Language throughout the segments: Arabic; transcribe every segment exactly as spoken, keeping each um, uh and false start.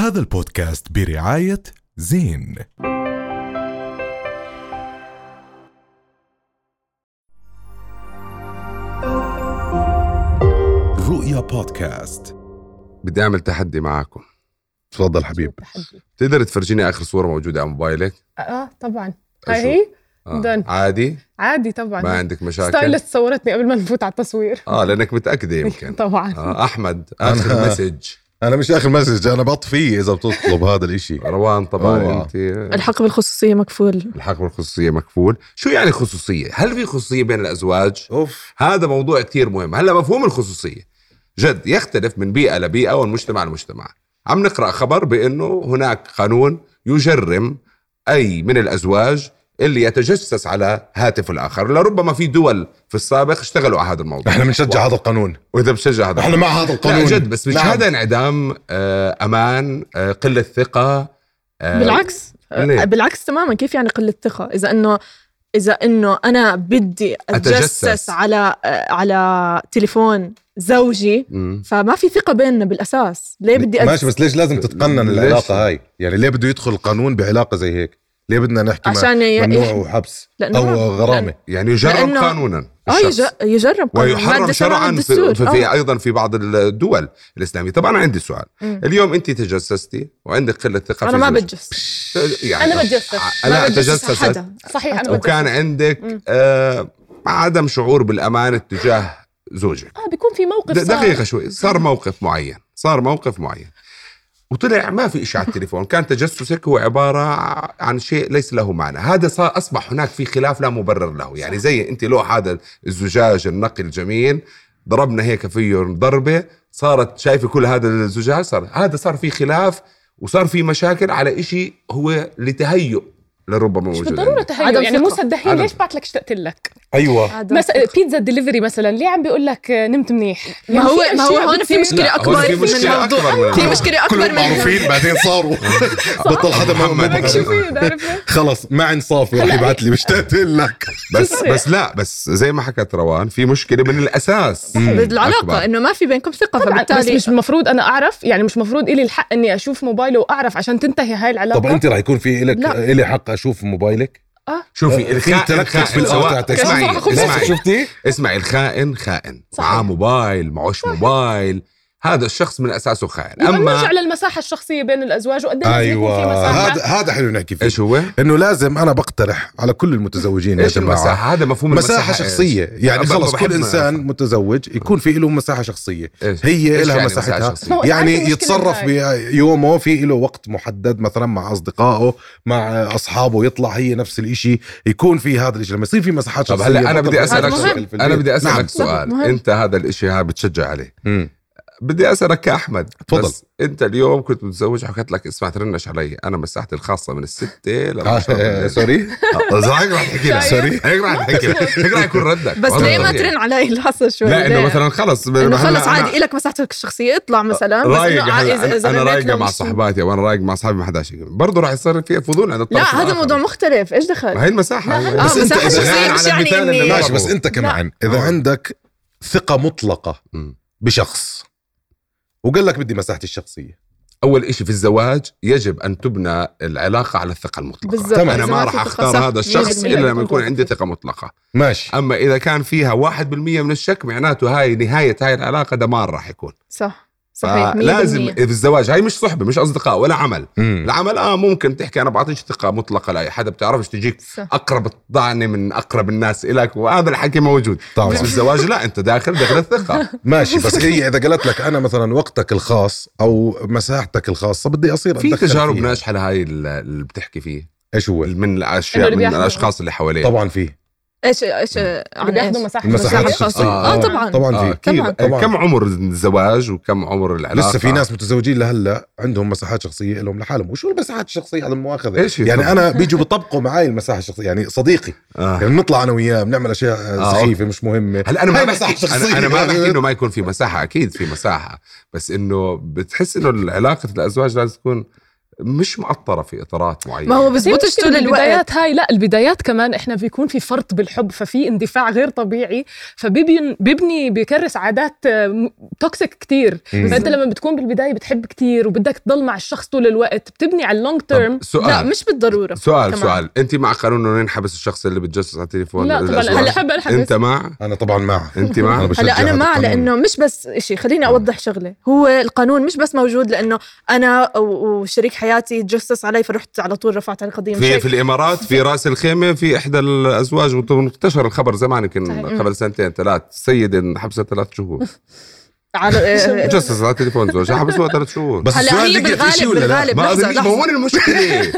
هذا البودكاست برعاية زين. رؤيا بودكاست. بدي أعمل تحدي معاكم. تفضل حبيب. تقدر تفرجيني آخر صورة موجودة على موبايلك؟ اه طبعا. هاي هي آه. عادي؟ عادي طبعا. ما عندك مشاكل؟ ستايلست صورتني قبل ما نفوت على التصوير. اه لأنك متأكدة يمكن. طبعا. آه أحمد آخر مسج. أنا مش آخر مسج، أنا بطفيه إذا بتطلب هذا الإشي. روان طبعا أوه. أنت الحق بالخصوصية مكفول. الحق بالخصوصية مكفول. شو يعني خصوصية؟ هل في خصوصية بين الأزواج؟ أوف. هذا موضوع كتير مهم. هلا مفهوم الخصوصية جد يختلف من بيئة لبيئة والمجتمع لمجتمع. عم نقرأ خبر بأنه هناك قانون يجرم أي من الأزواج اللي يتجسس على هاتف الآخر. لربما في دول في السابق اشتغلوا على هذا الموضوع. احنا بنشجع هذا القانون، وإذا بتشجع هذا احنا مع هذا القانون جد، بس مش نعم. هذا انعدام آه أمان، آه قلة ثقة. آه بالعكس ليه؟ بالعكس تماما. كيف يعني قلة ثقة؟ إذا إنه إذا إنه أنا بدي أتجسس, أتجسس. على على تليفون زوجي مم. فما في ثقة بيننا بالأساس. ليه بدي أتجسس؟ ماشي، بس ليش لازم تتقنن العلاقة هاي؟ يعني ليه بده يدخل القانون بعلاقة زي هيك؟ ليه بدنا نحكي عشان ي... ممنوع وحبس أو غرامة؟ لأن... يعني يجرب لأنه... قانونا آه يج... يجرب قانونا ويحرم شرعا في... في... في أيضا في بعض الدول الإسلامية. طبعا عندي سؤال. مم. اليوم أنت تجسستي وعندك قلة ثقة. أنا ما بتجسس. يعني أنا بتجسس. أنا تجسست. صحيح أنا وكان بتجسس. عندك آه... عدم شعور بالأمان تجاه زوجك. آه بيكون في موقف صار. دقيقة شوي. صار موقف معين صار موقف معين وطلع ما في إشي على التليفون. كان تجسسك هو عبارة عن شيء ليس له معنى. هذا صار أصبح هناك في خلاف لا مبرر له. يعني زي أنت لو هذا الزجاج النقي الجميل ضربنا هيك فيه ضربة صارت شايفة كل هذا الزجاج، صار هذا صار في خلاف وصار في مشاكل على إشي هو لتهيؤ لربما موجود. مش بالضرورة تهيؤ. يعني موسى الدحين ليش بعت لك اشتقت لك؟ أيوة. مثلا بيتزا ديليفري مثلا ليه عم بيقول لك نمت منيح؟ ما هو ما هو هون في مشكلة أكبر في مشكلة من الموضوع. في مشكلة أكبر من معروفين بعدين صاروا بطل حدا ما خلص ما انصاف يا أخي بعت لي اشتقت لك. بس بس لا بس زي ما حكت روان في مشكلة من الأساس بالعلاقة إنه ما في بينكم ثقة. فبالتالي بس مش مفروض أنا أعرف، يعني مش مفروض إلي الحق إني أشوف موبايله وأعرف عشان تنتهي هاي العلاقة. طب أنت راح يكون في إلك إلي حق أشوف موبايلك؟ آه. شوفي الخائن الخائن اسمعي اسمعي شفتي اسمعي الخائن خائن معاه موبايل معوش موبايل. هذا الشخص من أساسه خائن. أما نرجع للمساحة الشخصية بين الأزواج وقد ايه أيوة. يكون في مساحة. هذا هذا حلو نحكي فيه. إيش هو؟ إنه لازم أنا بقترح على كل المتزوجين يا جماعة المساحة. هذا مفهوم مساحة المساحة شخصية. يعني خلص كل إنسان متزوج يكون في له مساحة شخصية. هي لها يعني مساحتها. يعني يتصرف بيومه في له وقت محدد مثلا مع أصدقائه مع أصحابه يطلع هي نفس الإشي يكون في هذا الإشي. لما يصير في مساحات شخصية. طب هلا أنا بدي أسألك سؤال. أنا بدي أسألك نعم. سؤال. أنت هذا الإشي ها بتشجع عليه. م. بدي أسألك كأحمد. تفضل. بس أنت اليوم كنت متزوج وحكيت لك اسمع ترنش علي أنا مساحتي الخاصة من الستة للعشرة. سوري هيك راح تحكي لك. سوري هيك راح تحكي لك. هيك راح يكون ردك. بس ليه ما ترن علي الحصة شوي؟ لا إنه مثلا خلص إنه خلص عادي إلك مساحتك الشخصية اطلع مثلا. بس إنه أنا رايقة مع صحباتي وأنا رايق مع أصحابي ما حدا شيء برضه راح يصير فيه فضول عند الطرف. لا هذا موضوع مختلف. إيش دخل؟ ما هي المساحة. آه بس مساحة شخصية مش يعني إني ماشي. بس أنت كمان إذا عندك ثقة مطلقة بشخص وقال لك بدي مساحتي الشخصية، أول إشي في الزواج يجب أن تبنى العلاقة على الثقة المطلقة. أنا ما راح أختار هذا الشخص إلا لما يكون عندي ثقة مطلقة. ماشي. أما إذا كان فيها واحد بالمية من الشك معناته هاي نهاية هاي العلاقة دمار راح يكون. صح صحيح. لازم في الزواج هاي مش صحبة مش أصدقاء ولا عمل. مم. العمل آه ممكن تحكي أنا بعطيش ثقة مطلقة لأي حدا بتعرفش تجيك صح. أقرب الطعنة من أقرب الناس إليك وهذا الحكي موجود. طبعا. بس بالزواج لا أنت داخل داخل الثقة. ماشي. بس هي إذا قالت لك أنا مثلا وقتك الخاص أو مساحتك الخاصة بدي أصير في تجارب ناجحة لهاي اللي بتحكي فيه. إيش هو؟ من الأشياء من الأشخاص اللي حواليه. طبعا فيه. ايش ايش عم ياخذوا مساحه المساحات الشخصيه. اه, آه طبعا طبعا آه في طبعا. طبعا. كم عمر الزواج وكم عمر العلاقه؟ لسه في ناس متزوجين لهلا عندهم مساحات شخصيه لهم لحالهم. وشو المساحات الشخصيه هذا المؤاخذه؟ يعني طبعا. انا بيجوا بيطبقوا معي المساحه الشخصيه. يعني صديقي آه. يعني نطلع انا وياه بنعمل اشياء آه. سخيفه مش مهمه. هلا انا ما بحكي انا, أنا ما بحكي انه ما يكون في مساحه. اكيد في مساحه بس انه بتحس انه علاقه الازواج لازم تكون مش مقطرة في إطارات معينة. ما هو بزبطش طول البدايات هاي، لا البدايات كمان إحنا بيكون في فرط بالحب، ففي اندفاع غير طبيعي، فبيبني بيبني بيكرس عادات توكسيك كتير. فأنت لما بتكون بالبداية بتحب كتير وبدك تضل مع الشخص طول الوقت، بتبني على اللونج تيرم. لا مش بالضرورة. سؤال كمان. سؤال أنت مع قانون إنه ينحبس الشخص اللي بتجسس على التليفون؟ لا طبعا هلا حب انحبس. أنت مع؟ أنا طبعا مع. أنت مع؟ هلا أنا مع، لأنه مش بس إشي، خليني أوضح شغلة. هو القانون مش بس موجود لأنه أنا وشريك حياتي تجسس علي فرحت على طول رفعت على القضية. في في الإمارات في رأس الخيمة في إحدى الأزواج وانتشر الخبر زمان يمكن قبل سنتين ثلاث، سيدة حبسها ثلاث شهور على جسس على تليفون زوجها حبسوها ثلاث شهور. بس هلا هي بالغالب بالغالب ما أظن ما هو المشكلة.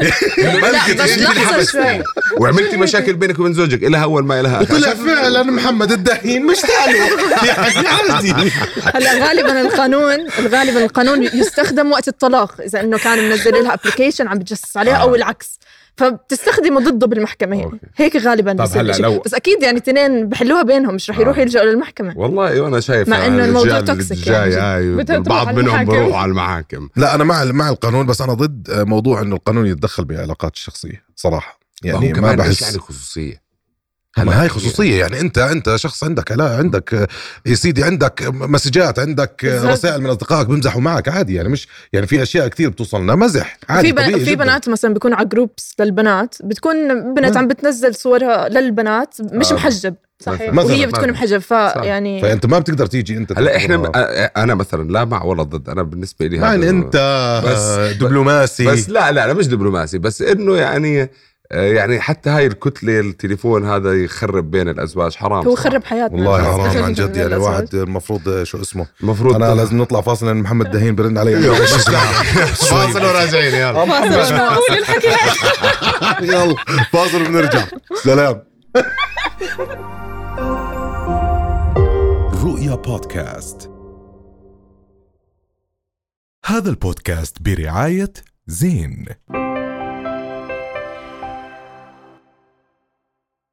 لحظة شوي. وعملتي مشاكل بينك وبين زوجك إلها أول ما إلها آخر. وطلع فعلا محمد الدهين مش تعلو يعني عادي. هلا غالبا القانون غالبا القانون يستخدم وقت الطلاق، إذا إنه كان منزل لها أبليكيشن عم بتجسس عليها أو العكس، فبتستخدمه ضده بالمحكمة. يعني هيك غالبا لو... بس أكيد يعني تنين بحلوها بينهم، مش رح يروح يلجأوا للمحكمة. والله أنا شايف مع إنه الموضوع توكسيك يعني بعض منهم بروحوا على المحاكم. لا أنا مع مع القانون، بس أنا ضد موضوع إنه القانون يتدخل بعلاقات الشخصية صراحة. يعني ما بحس يعني خصوصية. ما هاي خصوصية يعني أنت أنت شخص عندك لا عندك يا سيدي عندك مسجات، عندك رسائل من أصدقائك بيمزحوا معك عادي، يعني مش يعني في أشياء كتير بتوصلنا مزح عادي. في بن... في بنات مثلا بيكون على جروبس للبنات، بتكون بنت عم بتنزل صورها للبنات مش آه. محجب صحيح، وهي بتكون محجب، فيعني فأنت ما بتقدر تيجي أنت. هلا إحنا م... أنا مثلا لا مع ولا ضد، أنا بالنسبة لي يعني أنت بس دبلوماسي بس لا لا لا مش دبلوماسي، بس إنه يعني يعني حتى هاي الكتلة التليفون هذا يخرب بين الأزواج، حرام. هو خرب حياتنا والله حرام عن جد. يعني واحد المفروض شو اسمه المفروض أنا لازم نطلع فاصل لأن محمد دهين برن علي. فاصل وراجعين. يلا فاصل الحكي. يلا فاصل وبنرجع. سلام. رؤيا بودكاست. هذا البودكاست برعاية زين.